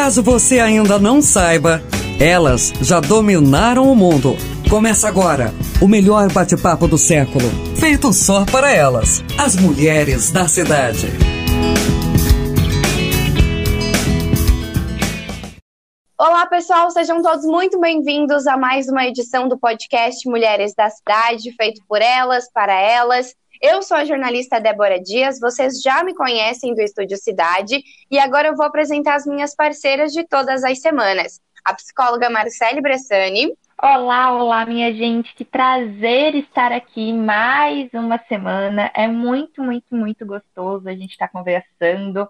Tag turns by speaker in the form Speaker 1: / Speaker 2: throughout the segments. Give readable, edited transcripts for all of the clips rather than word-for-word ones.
Speaker 1: Caso você ainda não saiba, elas já dominaram o mundo. Começa agora o melhor bate-papo do século, feito só para elas, as mulheres da cidade.
Speaker 2: Olá, pessoal, sejam todos muito bem-vindos a mais uma edição do podcast Mulheres da Cidade, feito por elas, para elas. Eu sou a jornalista Débora Dias, vocês já me conhecem do Estúdio Cidade e agora eu vou apresentar as minhas parceiras de todas as semanas. A psicóloga Marcele Bressani.
Speaker 3: Olá, minha gente, que prazer estar aqui mais uma semana. É muito gostoso a gente estar conversando.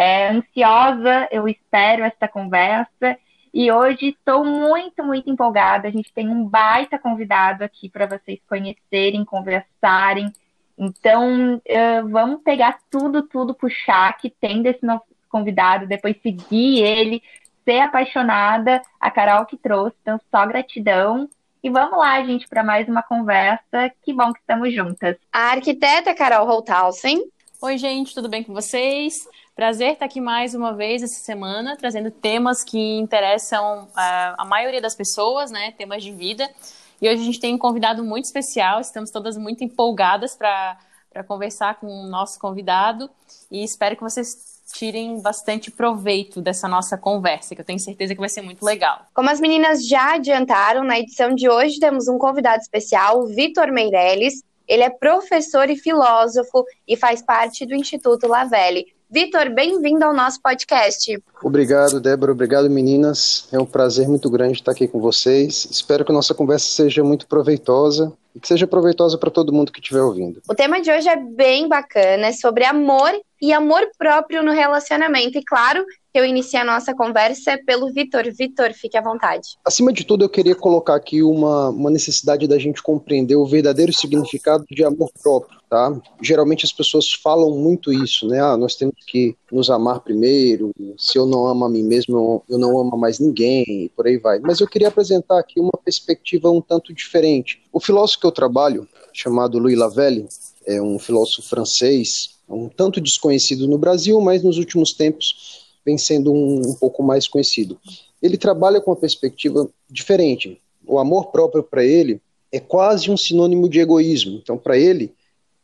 Speaker 3: Ansiosa, eu espero esta conversa. E hoje estou muito empolgada. A gente tem um baita convidado aqui para vocês conhecerem, conversarem. Então, vamos pegar tudo puxar que tem desse nosso convidado, depois seguir ele, ser apaixonada, a Carol que trouxe, então só gratidão. E vamos lá, gente, para mais uma conversa. Que bom que estamos juntas.
Speaker 2: A arquiteta Carol Holthausen.
Speaker 4: Oi, gente, tudo bem com vocês? Prazer estar aqui mais uma vez essa semana, trazendo temas que interessam a maioria das pessoas, né? Temas de vida. E hoje a gente tem um convidado muito especial, estamos todas muito empolgadas para conversar com o nosso convidado e espero que vocês tirem bastante proveito dessa nossa conversa, que eu tenho certeza que vai ser muito legal.
Speaker 2: Como as meninas já adiantaram, na edição de hoje temos um convidado especial, o Vitor Meirelles. Ele é professor e filósofo e faz parte do Instituto Lavelle. Vitor, bem-vindo ao nosso podcast.
Speaker 5: Obrigado, Débora. Obrigado, meninas. É um prazer muito grande estar aqui com vocês. Espero que a nossa conversa seja muito proveitosa e que seja proveitosa para todo mundo que estiver ouvindo.
Speaker 2: O tema de hoje é bem bacana, é sobre amor e amor próprio no relacionamento. E claro, que eu inicio a nossa conversa pelo Vitor. Vitor, fique à vontade.
Speaker 5: Acima de tudo, eu queria colocar aqui uma necessidade da gente compreender o verdadeiro significado de amor próprio, tá? Geralmente as pessoas falam muito isso, né? Nós temos que nos amar primeiro, se eu não amo a mim mesmo, eu não amo mais ninguém, e por aí vai. Mas eu queria apresentar aqui uma perspectiva um tanto diferente. O filósofo que eu trabalho, chamado Louis Lavelle, é um filósofo francês, um tanto desconhecido no Brasil, mas nos últimos tempos vem sendo um pouco mais conhecido. Ele trabalha com uma perspectiva diferente. O amor próprio para ele é quase um sinônimo de egoísmo. Então, para ele,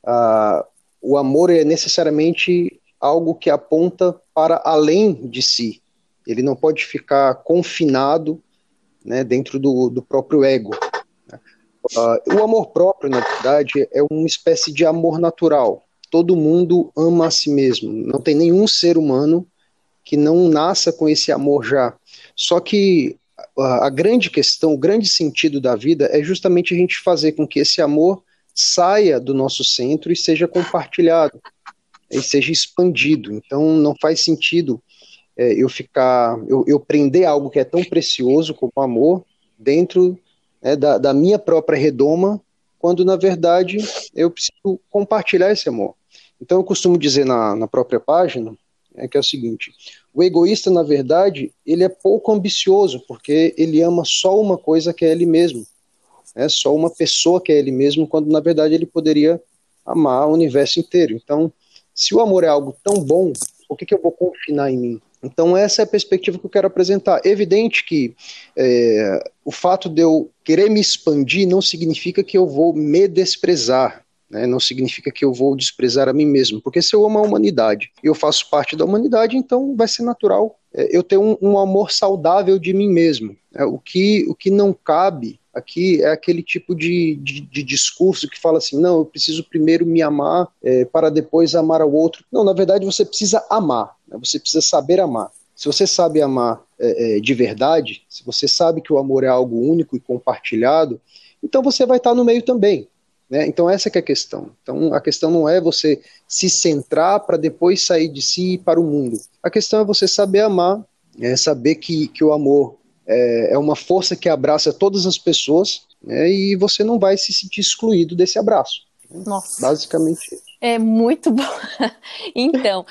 Speaker 5: o amor é necessariamente algo que aponta para além de si. Ele não pode ficar confinado, né, dentro do próprio ego. O amor próprio, na verdade, é uma espécie de amor natural. Todo mundo ama a si mesmo. Não tem nenhum ser humano que não nasça com esse amor já. Só que a grande questão, o grande sentido da vida é justamente a gente fazer com que esse amor saia do nosso centro e seja compartilhado, e seja expandido. Então não faz sentido eu prender algo que é tão precioso como o amor dentro da minha própria redoma, quando na verdade eu preciso compartilhar esse amor. Então eu costumo dizer na própria página que é o seguinte: o egoísta, na verdade, ele é pouco ambicioso, porque ele ama só uma coisa que é ele mesmo, só uma pessoa que é ele mesmo, quando na verdade ele poderia amar o universo inteiro. Então, se o amor é algo tão bom, por que eu vou confinar em mim? Então essa é a perspectiva que eu quero apresentar. É evidente que o fato de eu querer me expandir não significa que eu vou me desprezar, né? Não significa que eu vou desprezar a mim mesmo, porque se eu amo a humanidade e eu faço parte da humanidade, então vai ser natural eu ter um amor saudável de mim mesmo. O que não cabe aqui é aquele tipo de discurso que fala assim: não, eu preciso primeiro me amar para depois amar ao outro. Não, na verdade você precisa amar, né? Você precisa saber amar. Se você sabe amar de verdade, se você sabe que o amor é algo único e compartilhado, então você vai estar no meio também. Né? Então essa que é a questão. Então a questão não é você se centrar para depois sair de si e ir para o mundo. A questão é você saber amar, saber que o amor é uma força que abraça todas as pessoas, né? E você não vai se sentir excluído desse abraço.
Speaker 4: Nossa.
Speaker 5: Basicamente isso.
Speaker 4: É muito bom. Então,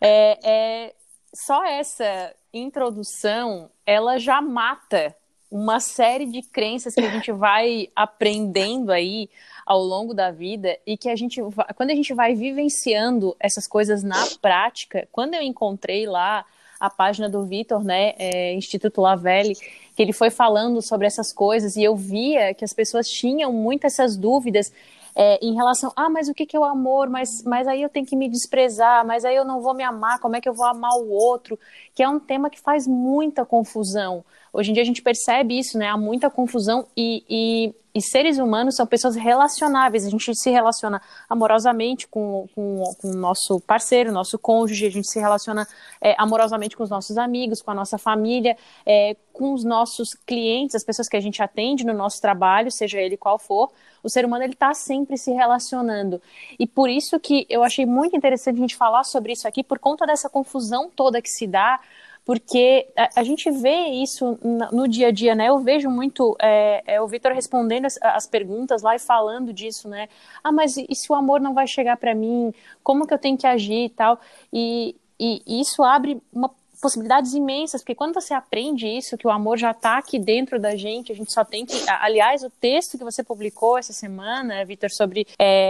Speaker 4: só essa introdução, ela já mata uma série de crenças que a gente vai aprendendo aí ao longo da vida e que quando a gente vai vivenciando essas coisas na prática, quando eu encontrei lá a página do Vitor, né, Instituto Lavelle, que ele foi falando sobre essas coisas, e eu via que as pessoas tinham muitas essas dúvidas em relação, mas o que é o amor? Mas aí eu tenho que me desprezar, mas aí eu não vou me amar, como é que eu vou amar o outro? Que é um tema que faz muita confusão. Hoje em dia a gente percebe isso, né? Há muita confusão e seres humanos são pessoas relacionáveis. A gente se relaciona amorosamente com o nosso parceiro, nosso cônjuge, a gente se relaciona amorosamente com os nossos amigos, com a nossa família, com os nossos clientes, as pessoas que a gente atende no nosso trabalho, seja ele qual for. O ser humano está sempre se relacionando. E por isso que eu achei muito interessante a gente falar sobre isso aqui, por conta dessa confusão toda que se dá, porque a gente vê isso no dia a dia, né? Eu vejo muito o Vitor respondendo as perguntas lá e falando disso, né? Mas e se o amor não vai chegar para mim? Como que eu tenho que agir e tal? E isso abre possibilidades imensas, porque quando você aprende isso, que o amor já está aqui dentro da gente, a gente só tem que... Aliás, o texto que você publicou essa semana, Vitor, sobre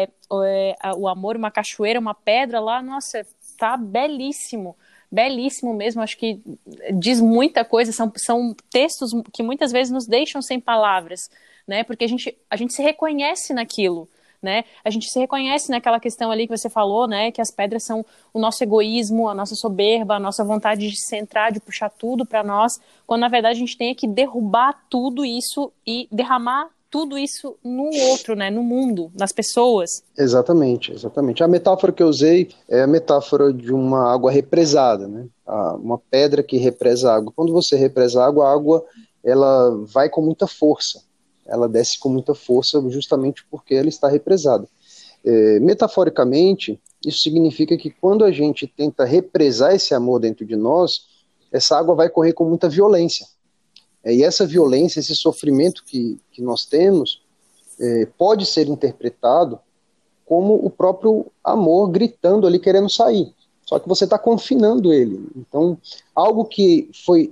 Speaker 4: o amor, uma cachoeira, uma pedra lá, nossa, tá belíssimo. Belíssimo mesmo, acho que diz muita coisa, são textos que muitas vezes nos deixam sem palavras, né? Porque a gente se reconhece naquilo, né? A gente se reconhece naquela questão ali que você falou, né? Que as pedras são o nosso egoísmo, a nossa soberba, a nossa vontade de centrar, de puxar tudo para nós, quando na verdade a gente tem que derrubar tudo isso e derramar tudo isso no outro, né? No mundo, nas pessoas.
Speaker 5: Exatamente. A metáfora que eu usei é a metáfora de uma água represada, né? Uma pedra que represa água. Quando você represa a água ela vai com muita força. Ela desce com muita força justamente porque ela está represada. Metaforicamente, isso significa que quando a gente tenta represar esse amor dentro de nós, essa água vai correr com muita violência. E essa violência, esse sofrimento que nós temos, pode ser interpretado como o próprio amor gritando ali, querendo sair. Só que você está confinando ele. Então, algo que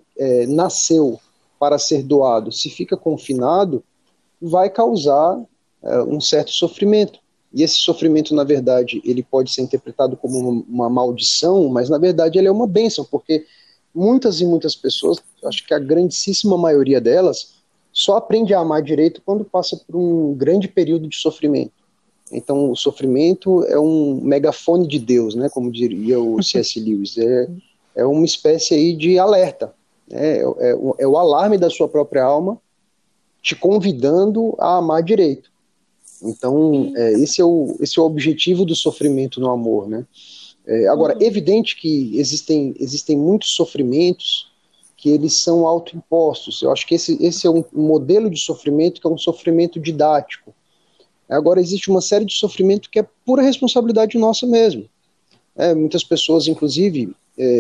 Speaker 5: nasceu para ser doado, se fica confinado, vai causar um certo sofrimento. E esse sofrimento, na verdade, ele pode ser interpretado como uma maldição, mas, na verdade, ele é uma bênção, porque muitas e muitas pessoas, acho que a grandíssima maioria delas, só aprende a amar direito quando passa por um grande período de sofrimento. Então, o sofrimento é um megafone de Deus, né, como diria o C.S. Lewis. É uma espécie aí de alerta. Né, é o alarme da sua própria alma te convidando a amar direito. Então, esse é o objetivo do sofrimento no amor, né? Agora, evidente que existem muitos sofrimentos que eles são autoimpostos. Eu acho que esse é um modelo de sofrimento que é um sofrimento didático. Agora, existe uma série de sofrimento que é pura responsabilidade nossa mesmo. Muitas pessoas, inclusive,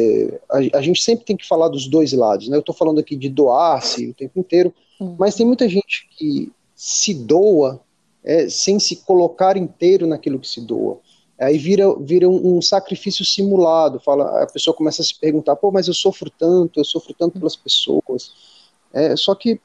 Speaker 5: a gente sempre tem que falar dos dois lados, né? Eu estou falando aqui de doar-se o tempo inteiro, mas tem muita gente que se doa sem se colocar inteiro naquilo que se doa. Aí vira um sacrifício simulado. A pessoa começa a se perguntar, mas eu sofro tanto pelas pessoas. Só que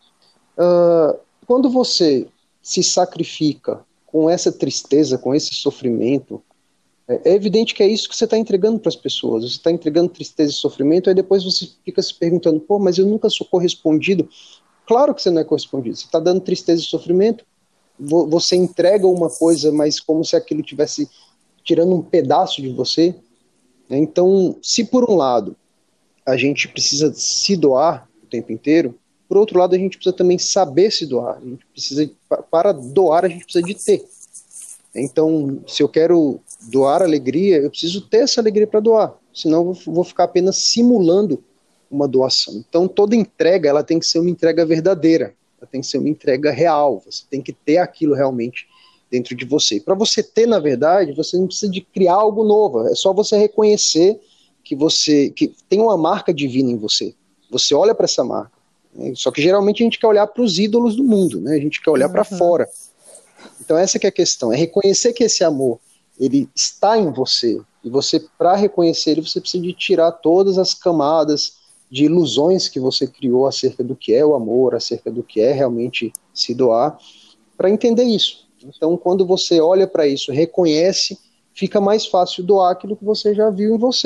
Speaker 5: quando você se sacrifica com essa tristeza, com esse sofrimento, é evidente que é isso que você está entregando para as pessoas. Você está entregando tristeza e sofrimento, aí depois você fica se perguntando, mas eu nunca sou correspondido. Claro que você não é correspondido. Você está dando tristeza e sofrimento, você entrega uma coisa, mas como se aquilo tivesse tirando um pedaço de você. Então, se por um lado a gente precisa se doar o tempo inteiro, por outro lado a gente precisa também saber se doar. A gente precisa, para doar a gente precisa de ter. Então, se eu quero doar alegria, eu preciso ter essa alegria para doar, senão eu vou ficar apenas simulando uma doação. Então, toda entrega ela tem que ser uma entrega verdadeira, ela tem que ser uma entrega real, você tem que ter aquilo realmente dentro de você. Para você ter, na verdade, você não precisa de criar algo novo, é só você reconhecer que tem uma marca divina em você. Você olha para essa marca, né? Só que geralmente a gente quer olhar para os ídolos do mundo, né? A gente quer olhar para fora. Então essa que é a questão, é reconhecer que esse amor, ele está em você, e você, para reconhecer ele, você precisa de tirar todas as camadas de ilusões que você criou acerca do que é o amor, acerca do que é realmente se doar, para entender isso. Então, quando você olha para isso, reconhece, fica mais fácil doar aquilo que você já viu em você.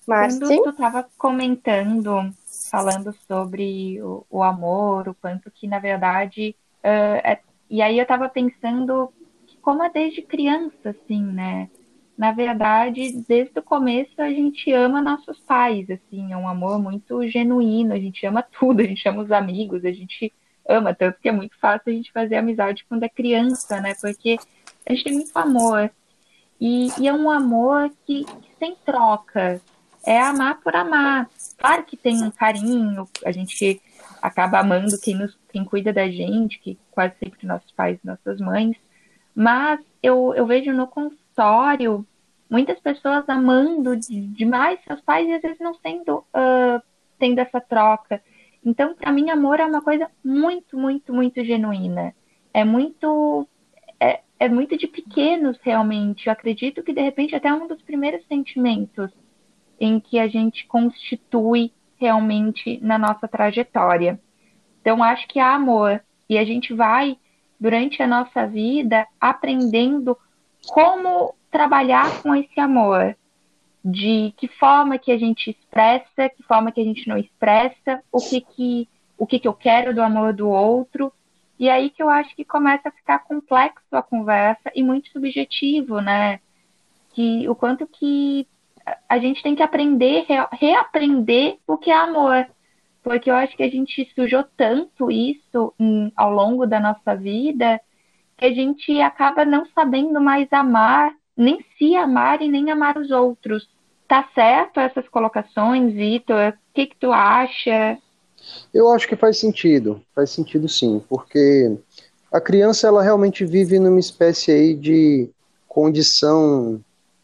Speaker 2: Márcia?
Speaker 3: Quando tu estava comentando, falando sobre o amor, o quanto que, na verdade, e aí eu estava pensando que como é desde criança, assim, né? Na verdade, desde o começo a gente ama nossos pais, assim, é um amor muito genuíno, a gente ama tudo, a gente ama os amigos, a gente ama, tanto que é muito fácil a gente fazer amizade quando é criança, né? Porque a gente tem muito amor. E é um amor que sem troca. É amar por amar. Claro que tem um carinho, a gente acaba amando quem cuida da gente, que quase sempre nossos pais e nossas mães. Mas eu vejo no consultório muitas pessoas amando demais seus pais e às vezes não tendo essa troca. Então, para mim, amor é uma coisa muito, muito, muito genuína. É muito é muito de pequenos, realmente. Eu acredito que, de repente, até um dos primeiros sentimentos em que a gente constitui realmente na nossa trajetória. Então, acho que há amor. E a gente vai, durante a nossa vida, aprendendo como trabalhar com esse amor. De que forma que a gente expressa, que forma que a gente não expressa, o que eu quero do amor do outro. E aí que eu acho que começa a ficar complexo a conversa e muito subjetivo, né? Que o quanto que a gente tem que aprender, reaprender o que é amor. Porque eu acho que a gente sujou tanto isso ao longo da nossa vida que a gente acaba não sabendo mais amar, nem se amar e nem amar os outros. Tá certo essas colocações, Vitor? O que tu acha?
Speaker 5: Eu acho que faz sentido sim, porque a criança ela realmente vive numa espécie aí de condição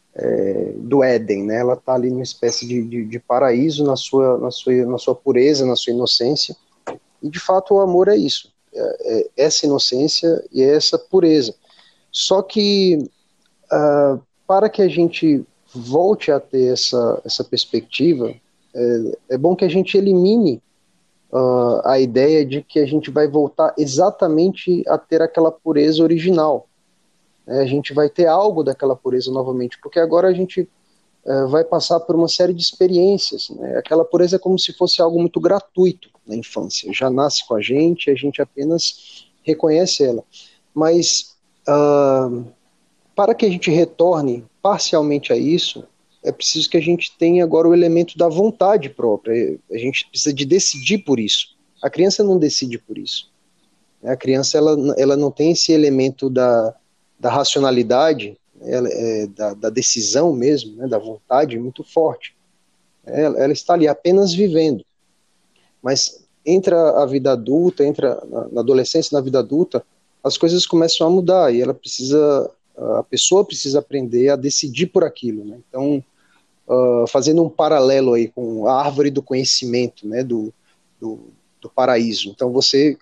Speaker 5: do Éden, né? Ela está ali numa espécie de paraíso na sua pureza, na sua inocência, e de fato o amor é isso, essa inocência e essa pureza. Só que para que a gente volte a ter essa perspectiva, é bom que a gente elimine a ideia de que a gente vai voltar exatamente a ter aquela pureza original. A gente vai ter algo daquela pureza novamente, porque agora a gente vai passar por uma série de experiências. Né? Aquela pureza é como se fosse algo muito gratuito na infância, já nasce com a gente apenas reconhece ela. Mas para que a gente retorne parcialmente a isso, é preciso que a gente tenha agora o elemento da vontade própria. A gente precisa de decidir por isso. A criança não decide por isso. A criança ela não tem esse elemento da racionalidade, da decisão mesmo, né, da vontade muito forte. Ela está ali apenas vivendo. Mas entra a vida adulta, entra na adolescência, na vida adulta, as coisas começam a mudar e a pessoa precisa aprender a decidir por aquilo. Né? Então, fazendo um paralelo aí com a árvore do conhecimento, né, do paraíso. Então você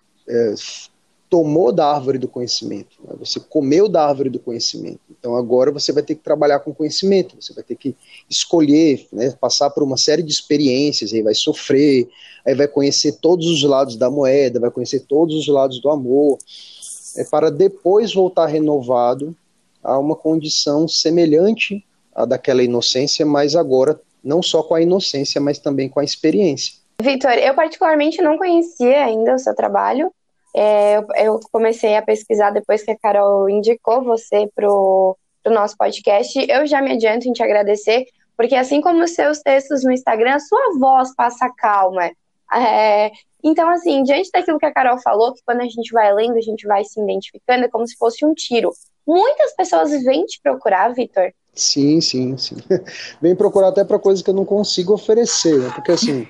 Speaker 5: tomou da árvore do conhecimento, né, você comeu da árvore do conhecimento. Então agora você vai ter que trabalhar com conhecimento, você vai ter que escolher, né, passar por uma série de experiências, aí vai sofrer, aí vai conhecer todos os lados da moeda, vai conhecer todos os lados do amor, para depois voltar renovado a uma condição semelhante à daquela inocência, mas agora não só com a inocência, mas também com a experiência.
Speaker 2: Vitor, eu particularmente não conhecia ainda o seu trabalho. Eu comecei a pesquisar depois que a Carol indicou você pro nosso podcast. Eu já me adianto em te agradecer, porque assim como os seus textos no Instagram, a sua voz passa calma. Então, assim, diante daquilo que a Carol falou, que quando a gente vai lendo, a gente vai se identificando, é como se fosse um tiro. Muitas pessoas vêm te procurar, Vitor.
Speaker 5: Sim. Vem procurar até para coisas que eu não consigo oferecer, né? Porque assim,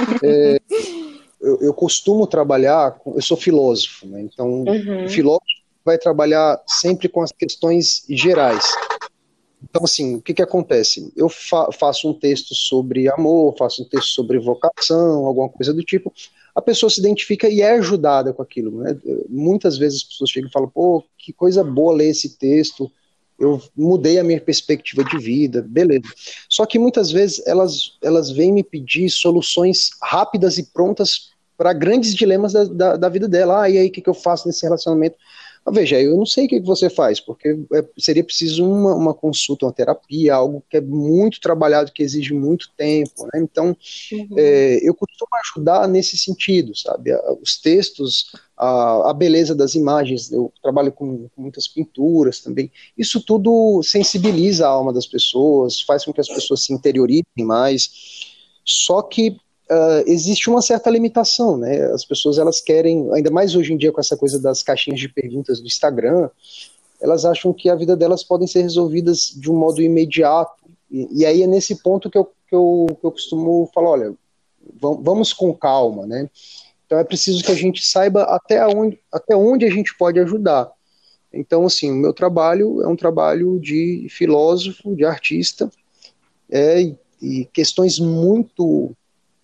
Speaker 5: eu costumo trabalhar, eu sou filósofo, né? Então o filósofo vai trabalhar sempre com as questões gerais. Então assim, o que acontece? Eu faço um texto sobre amor, faço um texto sobre vocação, alguma coisa do tipo, a pessoa se identifica e é ajudada com aquilo, né? Muitas vezes as pessoas chegam e falam, pô, que coisa boa ler esse texto, eu mudei a minha perspectiva de vida, beleza. Só que muitas vezes elas vêm me pedir soluções rápidas e prontas para grandes dilemas da vida dela. E aí, o que eu faço nesse relacionamento? Mas veja, eu não sei o que você faz, porque seria preciso uma consulta, uma terapia, algo que é muito trabalhado, que exige muito tempo, né? Então, eu costumo ajudar nesse sentido, sabe? Os textos, a beleza das imagens, eu trabalho com muitas pinturas também, isso tudo sensibiliza a alma das pessoas, faz com que as pessoas se interiorizem mais, só que existe uma certa limitação, né? As pessoas, elas querem, ainda mais hoje em dia com essa coisa das caixinhas de perguntas do Instagram, elas acham que a vida delas podem ser resolvidas de um modo imediato, e aí é nesse ponto que eu costumo falar, olha, vamos com calma, né? Então é preciso que a gente saiba até onde a gente pode ajudar. Então, assim, o meu trabalho é um trabalho de filósofo, de artista, e questões muito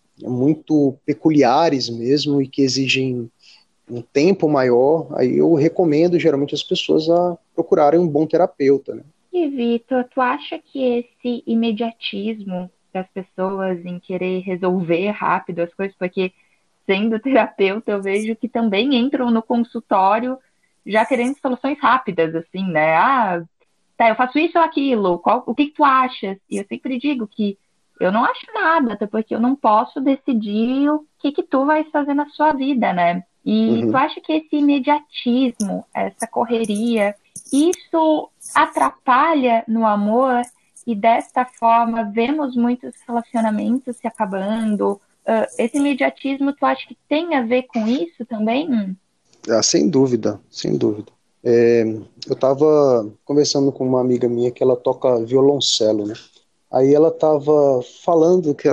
Speaker 5: peculiares mesmo, e que exigem um tempo maior, aí eu recomendo geralmente as pessoas a procurarem um bom terapeuta, né?
Speaker 3: E, Vitor, tu acha que esse imediatismo das pessoas em querer resolver rápido as coisas, porque sendo terapeuta eu vejo que também entram no consultório já querendo soluções rápidas, assim, né? Ah, tá, eu faço isso ou aquilo, o que tu achas? E eu sempre digo que eu não acho nada, até porque eu não posso decidir o que tu vai fazer na sua vida, né? E tu acha que esse imediatismo, essa correria, isso atrapalha no amor? E desta forma vemos muitos relacionamentos se acabando. Esse imediatismo, tu acha que tem a ver com isso também?
Speaker 5: Sem dúvida, sem dúvida. Eu estava conversando com uma amiga minha que ela toca violoncelo, né? Aí ela estava falando que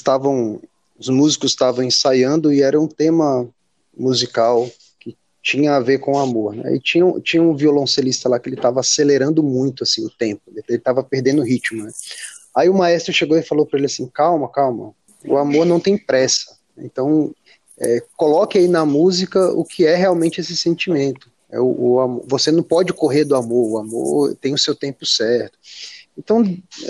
Speaker 5: os músicos estavam ensaiando e era um tema musical que tinha a ver com amor, né? E tinha um violoncelista lá que ele estava acelerando muito assim, o tempo, ele estava perdendo o ritmo, né? Aí o maestro chegou e falou para ele assim, calma, o amor não tem pressa, então coloque aí na música o que é realmente esse sentimento. Você não pode correr do amor, o amor tem o seu tempo certo. Então,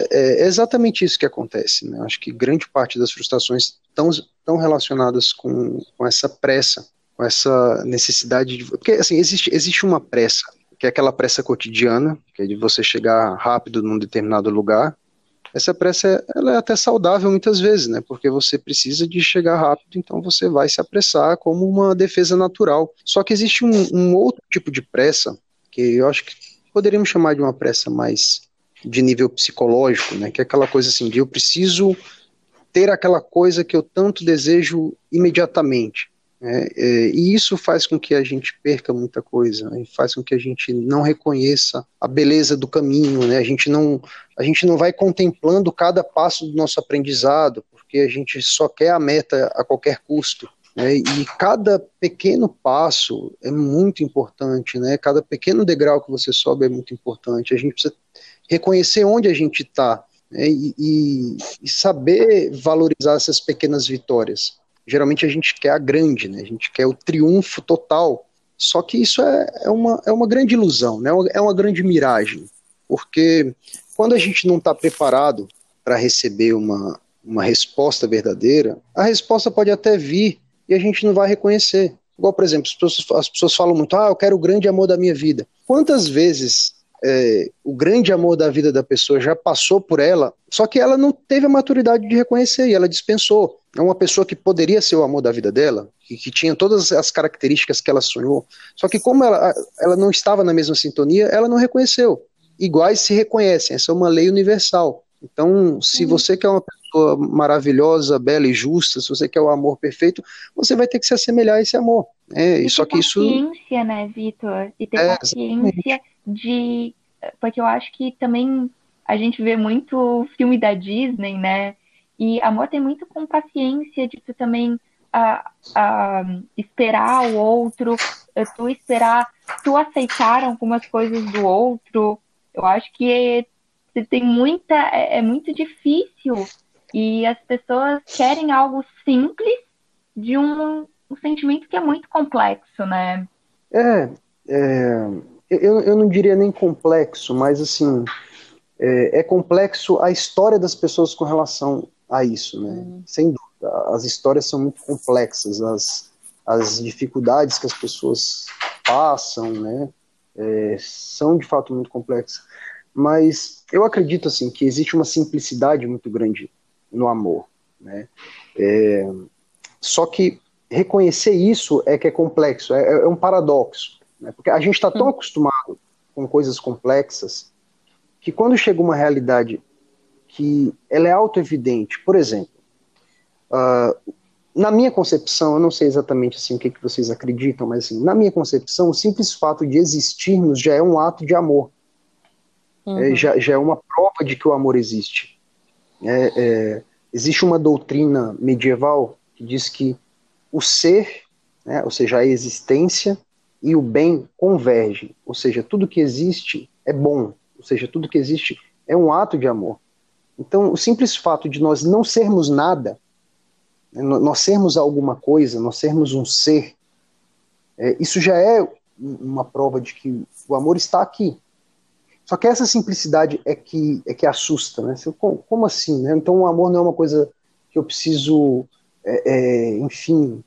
Speaker 5: é exatamente isso que acontece, né? Acho que grande parte das frustrações estão relacionadas com essa pressa, com essa necessidade de... Porque, assim, existe uma pressa, que é aquela pressa cotidiana, que é de você chegar rápido num determinado lugar. Essa pressa, ela é até saudável muitas vezes, né? Porque você precisa de chegar rápido, então você vai se apressar como uma defesa natural. Só que existe um outro tipo de pressa, que eu acho que poderíamos chamar de uma pressa mais de nível psicológico, né? Que é aquela coisa assim, de eu preciso ter aquela coisa que eu tanto desejo imediatamente, né? E isso faz com que a gente perca muita coisa, né? Faz com que a gente não reconheça a beleza do caminho, né? A gente não vai contemplando cada passo do nosso aprendizado, porque a gente só quer a meta a qualquer custo, né? E cada pequeno passo é muito importante, né? Cada pequeno degrau que você sobe é muito importante. A gente precisa reconhecer onde a gente está, né? E saber valorizar essas pequenas vitórias. Geralmente a gente quer a grande, né? A gente quer o triunfo total, só que isso é uma grande ilusão, né? É uma grande miragem, porque quando a gente não está preparado para receber uma resposta verdadeira, a resposta pode até vir e a gente não vai reconhecer. Igual, por exemplo, as pessoas falam muito, eu quero o grande amor da minha vida. Quantas vezes o grande amor da vida da pessoa já passou por ela, só que ela não teve a maturidade de reconhecer e ela dispensou. É uma pessoa que poderia ser o amor da vida dela, que tinha todas as características que ela sonhou, só que como ela não estava na mesma sintonia, ela não reconheceu. Iguais se reconhecem, essa é uma lei universal. Então, se você quer uma pessoa maravilhosa, bela e justa, se você quer o amor perfeito, você vai ter que se assemelhar a esse amor.
Speaker 3: E só que isso... paciência, né, Vitor? E ter paciência de... Porque eu acho que também a gente vê muito filme da Disney, né? E amor tem muito com paciência de tu também esperar o outro, tu aceitar algumas coisas do outro. Eu acho que tem é muito difícil e as pessoas querem algo simples de um sentimento que é muito complexo, né?
Speaker 5: Eu não diria nem complexo, mas assim, é complexo a história das pessoas com relação a isso, né? Sem dúvida, as histórias são muito complexas, as dificuldades que as pessoas passam, né? são de fato muito complexas, mas eu acredito assim que existe uma simplicidade muito grande no amor, né? Só que reconhecer isso é que é complexo, é um paradoxo, né? Porque a gente está tão acostumado com coisas complexas que quando chega uma realidade que ela é autoevidente, por exemplo, na minha concepção, eu não sei exatamente assim, o que vocês acreditam, mas assim, na minha concepção, o simples fato de existirmos já é um ato de amor. Já é uma prova de que o amor existe. Existe uma doutrina medieval que diz que o ser, né, ou seja, a existência e o bem convergem, ou seja, tudo que existe é bom, ou seja, tudo que existe é um ato de amor. Então, o simples fato de nós não sermos nada, nós sermos alguma coisa, nós sermos um ser, isso já é uma prova de que o amor está aqui. Só que essa simplicidade é que assusta, né? Como assim, né? Então o amor não é uma coisa que eu preciso, enfim,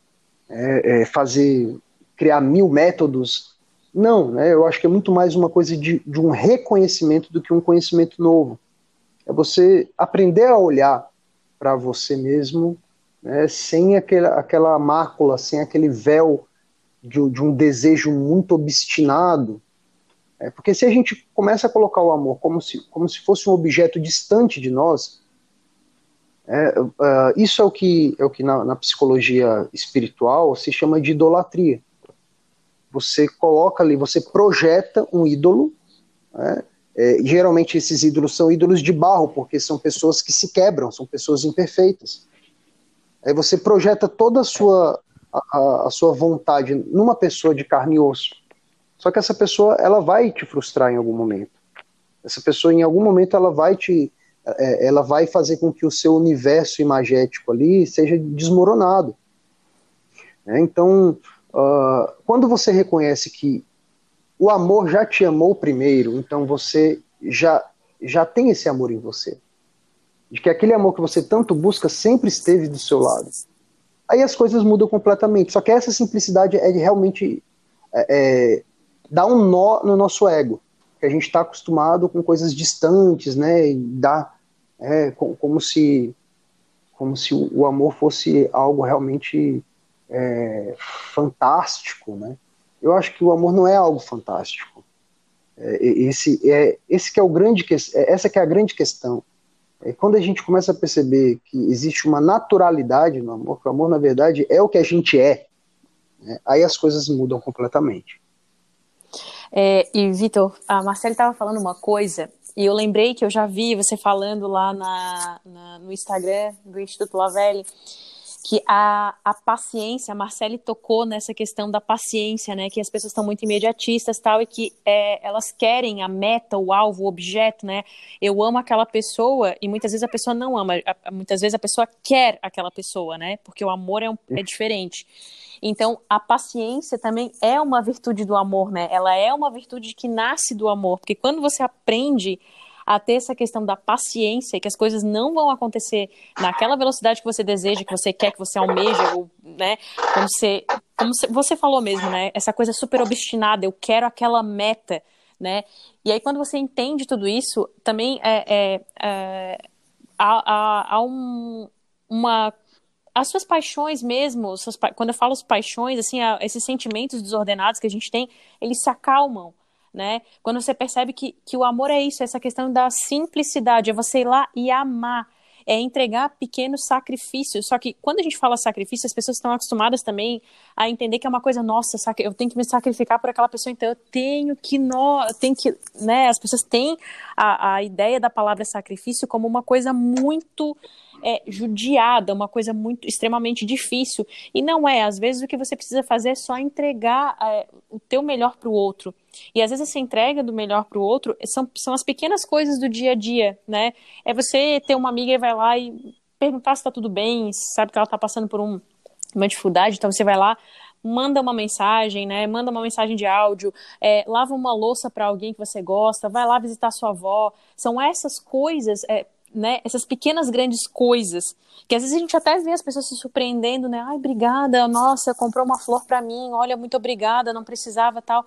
Speaker 5: criar 1000 métodos. Não, né? Eu acho que é muito mais uma coisa de um reconhecimento do que um conhecimento novo. É você aprender a olhar para você mesmo, né, sem aquela mácula, sem aquele véu de um desejo muito obstinado. Porque se a gente começa a colocar o amor como se fosse um objeto distante de nós, isso é o que na psicologia espiritual se chama de idolatria. Você coloca ali, você projeta um ídolo, né? Geralmente esses ídolos são ídolos de barro, porque são pessoas que se quebram, são pessoas imperfeitas. Aí você projeta toda a sua vontade numa pessoa de carne e osso. Só que essa pessoa, ela vai te frustrar em algum momento. Essa pessoa, em algum momento, ela vai fazer com que o seu universo imagético ali seja desmoronado. Então, quando você reconhece que o amor já te amou primeiro, então você já tem esse amor em você. De que aquele amor que você tanto busca sempre esteve do seu lado. Aí as coisas mudam completamente. Só que essa simplicidade é de realmente dar um nó no nosso ego. Que a gente está acostumado com coisas distantes, né? E como se o amor fosse algo realmente fantástico, né? Eu acho que o amor não é algo fantástico. Essa que é a grande questão. Quando a gente começa a perceber que existe uma naturalidade no amor, que o amor, na verdade, é o que a gente é, né? Aí as coisas mudam completamente.
Speaker 4: E, Vitor, a Marcele estava falando uma coisa, e eu lembrei que eu já vi você falando lá no Instagram do Instituto Lavelle, que a paciência, a Marcele tocou nessa questão da paciência, né, que as pessoas estão muito imediatistas, tal, e que elas querem a meta, o alvo, o objeto, né, eu amo aquela pessoa, e muitas vezes a pessoa não ama, muitas vezes a pessoa quer aquela pessoa, né, porque o amor é diferente. Então, a paciência também é uma virtude do amor, né, ela é uma virtude que nasce do amor, porque quando você aprende a ter essa questão da paciência, que as coisas não vão acontecer naquela velocidade que você deseja, que você quer, que você almeja, ou, né, como você falou mesmo, né, essa coisa super obstinada, eu quero aquela meta, né, e aí quando você entende tudo isso, também há as suas paixões mesmo, quando eu falo as paixões, assim, esses sentimentos desordenados que a gente tem, eles se acalmam, né? Quando você percebe que o amor é isso, essa questão da simplicidade, é você ir lá e amar, é entregar pequenos sacrifícios. Só que quando a gente fala sacrifício, as pessoas estão acostumadas também a entender que é uma coisa, nossa, eu tenho que me sacrificar por aquela pessoa, então eu tenho que, né? As pessoas têm a ideia da palavra sacrifício como uma coisa muito judiada, uma coisa muito extremamente difícil, e não é. Às vezes o que você precisa fazer é só entregar o teu melhor para o outro, e às vezes essa entrega do melhor para o outro são as pequenas coisas do dia a dia, né? É você ter uma amiga e vai lá e perguntar se está tudo bem, sabe que ela está passando por uma dificuldade, então você vai lá, manda uma mensagem, né? Manda uma mensagem de áudio, lava uma louça para alguém que você gosta, vai lá visitar sua avó. São essas coisas, né, essas pequenas grandes coisas, que às vezes a gente até vê as pessoas se surpreendendo, né, ai, obrigada, nossa, comprou uma flor pra mim, olha, muito obrigada, não precisava, tal,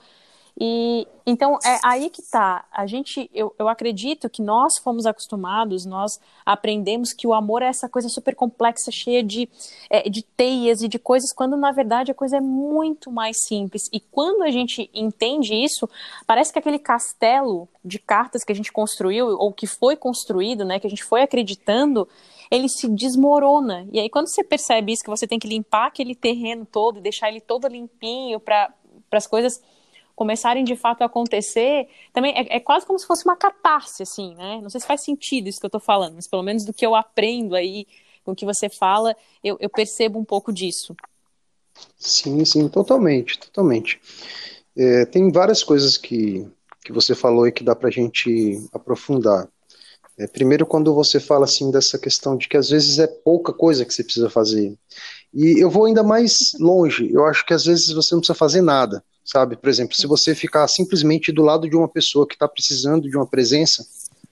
Speaker 4: E então é aí que tá. Eu acredito que nós fomos acostumados, nós aprendemos que o amor é essa coisa super complexa, cheia de teias e de coisas, quando na verdade a coisa é muito mais simples. E quando a gente entende isso, parece que aquele castelo de cartas que a gente construiu, ou que foi construído, né, que a gente foi acreditando, ele se desmorona. E aí quando você percebe isso, que você tem que limpar aquele terreno todo, deixar ele todo limpinho para as coisas começarem de fato a acontecer, também é quase como se fosse uma catarse, assim, né? Não sei se faz sentido isso que eu tô falando, mas pelo menos do que eu aprendo aí, com o que você fala, eu percebo um pouco disso.
Speaker 5: Sim, sim, totalmente, totalmente. Tem várias coisas que você falou e que dá pra gente aprofundar. Primeiro, quando você fala assim dessa questão de que às vezes é pouca coisa que você precisa fazer. E eu vou ainda mais longe, eu acho que às vezes você não precisa fazer nada, sabe? Por exemplo, se você ficar simplesmente do lado de uma pessoa que está precisando de uma presença,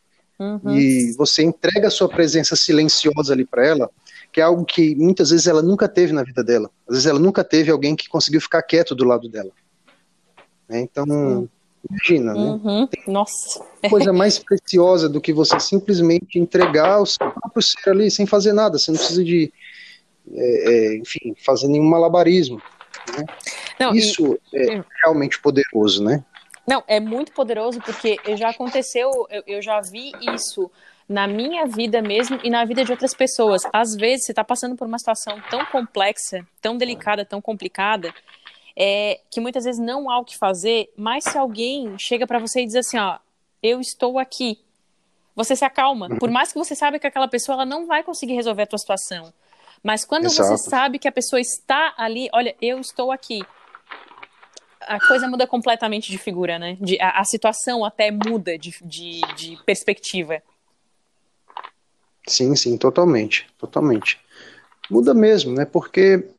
Speaker 5: e você entrega a sua presença silenciosa ali para ela, que é algo que muitas vezes ela nunca teve na vida dela. Às vezes ela nunca teve alguém que conseguiu ficar quieto do lado dela. Então, imagina, né?
Speaker 4: Nossa.
Speaker 5: Coisa mais preciosa do que você simplesmente entregar o seu próprio ser ali sem fazer nada. Você não precisa de, enfim, fazer nenhum malabarismo, né?
Speaker 4: Não,
Speaker 5: Isso é realmente poderoso, né?
Speaker 4: Não, é muito poderoso porque já aconteceu, eu já vi isso na minha vida mesmo e na vida de outras pessoas. Às vezes você está passando por uma situação tão complexa, tão delicada, tão complicada, que muitas vezes não há o que fazer, mas se alguém chega para você e diz assim, ó, eu estou aqui, você se acalma. Por mais que você saiba que aquela pessoa ela não vai conseguir resolver a tua situação, mas quando
Speaker 5: Exato.
Speaker 4: você sabe que a pessoa está ali, olha, eu estou aqui, a coisa muda completamente de figura, né? A situação até muda de perspectiva.
Speaker 5: Sim, sim, totalmente, totalmente. Muda mesmo, né? Porque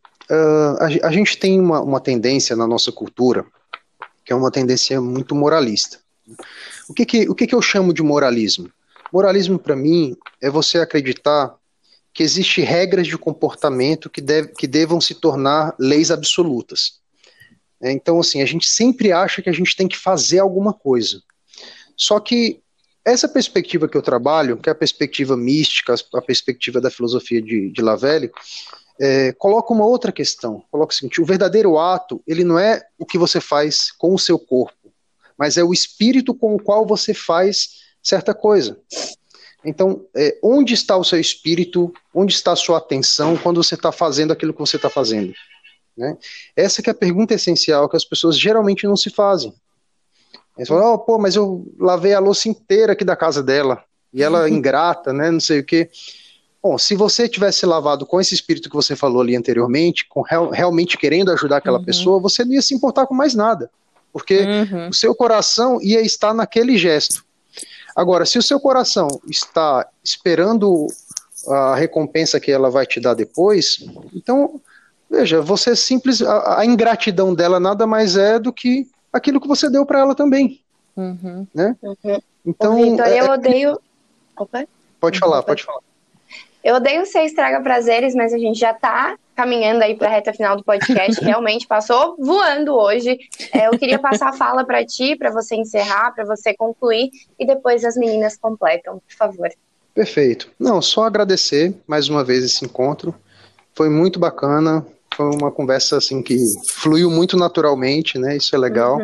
Speaker 5: a gente tem uma tendência na nossa cultura, que é uma tendência muito moralista. O que eu chamo de moralismo? Moralismo, para mim, é você acreditar que existem regras de comportamento que devam se tornar leis absolutas. Então, assim, a gente sempre acha que a gente tem que fazer alguma coisa. Só que essa perspectiva que eu trabalho, que é a perspectiva mística, a perspectiva da filosofia de Lavelle, coloca uma outra questão. Coloca o seguinte: o verdadeiro ato, ele não é o que você faz com o seu corpo, mas é o espírito com o qual você faz certa coisa. Então, onde está o seu espírito, onde está a sua atenção quando você está fazendo aquilo que você está fazendo? Né? Essa que é a pergunta essencial que as pessoas geralmente não se fazem. Eles falam, pô, mas eu lavei a louça inteira aqui da casa dela, e ela ingrata, né, não sei o quê. Bom, se você tivesse lavado com esse espírito que você falou ali anteriormente, com realmente querendo ajudar aquela pessoa, você não ia se importar com mais nada, porque o seu coração ia estar naquele gesto. Agora, se o seu coração está esperando a recompensa que ela vai te dar depois, então, veja, você a ingratidão dela nada mais é do que aquilo que você deu para ela também. Né? Então,
Speaker 2: Vitor, eu odeio... Opa.
Speaker 5: Pode falar, pode falar.
Speaker 2: Eu odeio ser estraga prazeres, mas a gente já tá caminhando aí para a reta final do podcast. Realmente passou voando hoje. Eu queria passar a fala para ti, para você encerrar, para você concluir, e depois as meninas completam, por favor.
Speaker 5: Perfeito. Não, só agradecer mais uma vez esse encontro. Foi muito bacana. Foi uma conversa assim que fluiu muito naturalmente, né? Isso é legal.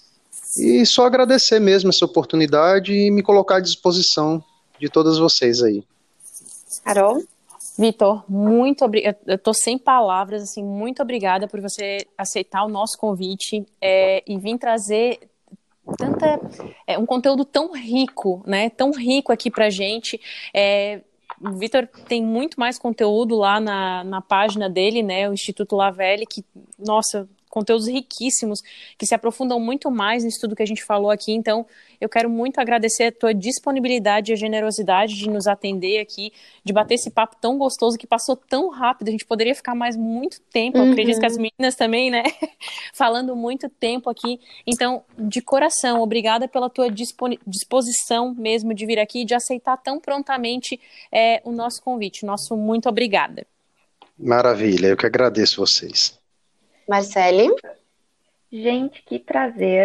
Speaker 5: E só agradecer mesmo essa oportunidade e me colocar à disposição de todas vocês aí.
Speaker 2: Carol?
Speaker 4: Vitor, muito obrigada. Eu tô sem palavras, assim, muito obrigada por você aceitar o nosso convite e vir trazer um conteúdo tão rico, né? Tão rico aqui pra gente. O Vitor tem muito mais conteúdo lá na página dele, né? O Instituto Lavelle, que, nossa, conteúdos riquíssimos, que se aprofundam muito mais nisso tudo que a gente falou aqui. Então, eu quero muito agradecer a tua disponibilidade e a generosidade de nos atender aqui, de bater esse papo tão gostoso que passou tão rápido. A gente poderia ficar mais muito tempo, eu acredito que as meninas também, né? Falando muito tempo aqui. Então, de coração, obrigada pela tua disposição mesmo de vir aqui e de aceitar tão prontamente o nosso convite. Nosso muito obrigada.
Speaker 5: Maravilha, eu que agradeço vocês.
Speaker 2: Marcele?
Speaker 3: Gente, que prazer.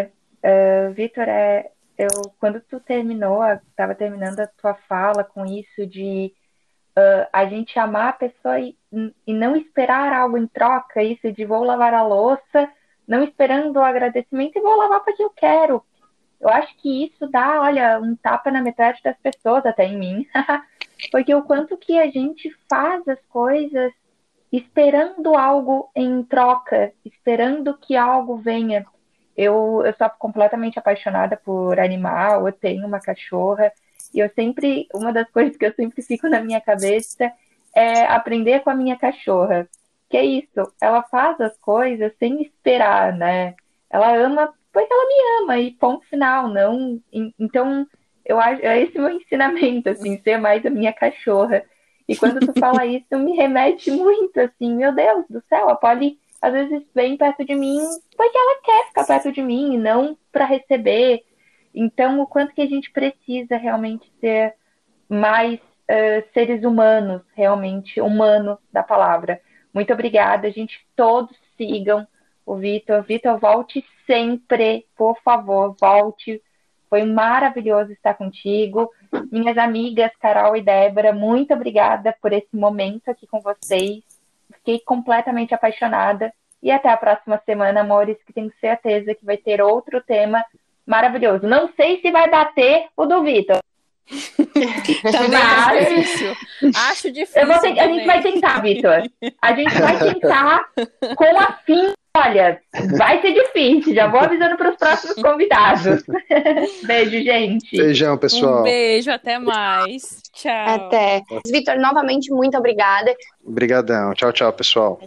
Speaker 3: Vitor, quando tu estava terminando a tua fala com isso de a gente amar a pessoa e não esperar algo em troca, isso de vou lavar a louça, não esperando o agradecimento e vou lavar porque eu quero. Eu acho que isso dá, olha, um tapa na metade das pessoas, até em mim, porque o quanto que a gente faz as coisas esperando algo em troca, esperando que algo venha. Eu sou completamente apaixonada por animal, eu tenho uma cachorra, e uma das coisas que eu sempre fico na minha cabeça é aprender com a minha cachorra. Que é isso, ela faz as coisas sem esperar, né? Ela ama porque ela me ama, e ponto final, não... Então, eu acho, é esse meu ensinamento, assim, ser mais a minha cachorra. E quando tu fala isso, me remete muito, assim, meu Deus do céu, a Polly às vezes vem perto de mim porque ela quer ficar perto de mim, e não para receber. Então, o quanto que a gente precisa realmente ser mais seres humanos, realmente humanos da palavra. Muito obrigada, gente. Todos sigam o Vitor. Vitor, volte sempre, por favor, volte. Foi maravilhoso estar contigo. Minhas amigas Carol e Débora, muito obrigada por esse momento aqui com vocês. Fiquei completamente apaixonada. E até a próxima semana, amores, que tenho certeza que vai ter outro tema maravilhoso. Não sei se vai bater o do Vitor.
Speaker 4: Também é difícil. Acho difícil.
Speaker 3: A gente vai tentar, Vitor. A gente vai tentar com afim. Olha, vai ser difícil. Já vou avisando para os próximos convidados. Beijo, gente.
Speaker 5: Beijão, pessoal.
Speaker 4: Um beijo, até mais. Tchau.
Speaker 2: Até. Vitor, novamente, muito obrigada.
Speaker 5: Obrigadão. Tchau, tchau, pessoal.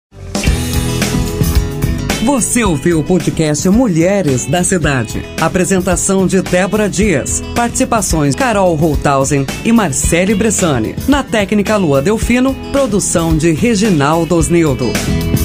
Speaker 1: Você ouviu o podcast Mulheres da Cidade. Apresentação de Débora Dias. Participações Carol Holthausen e Marcele Bressani. Na técnica Lua Delfino, produção de Reginaldo Osnildo.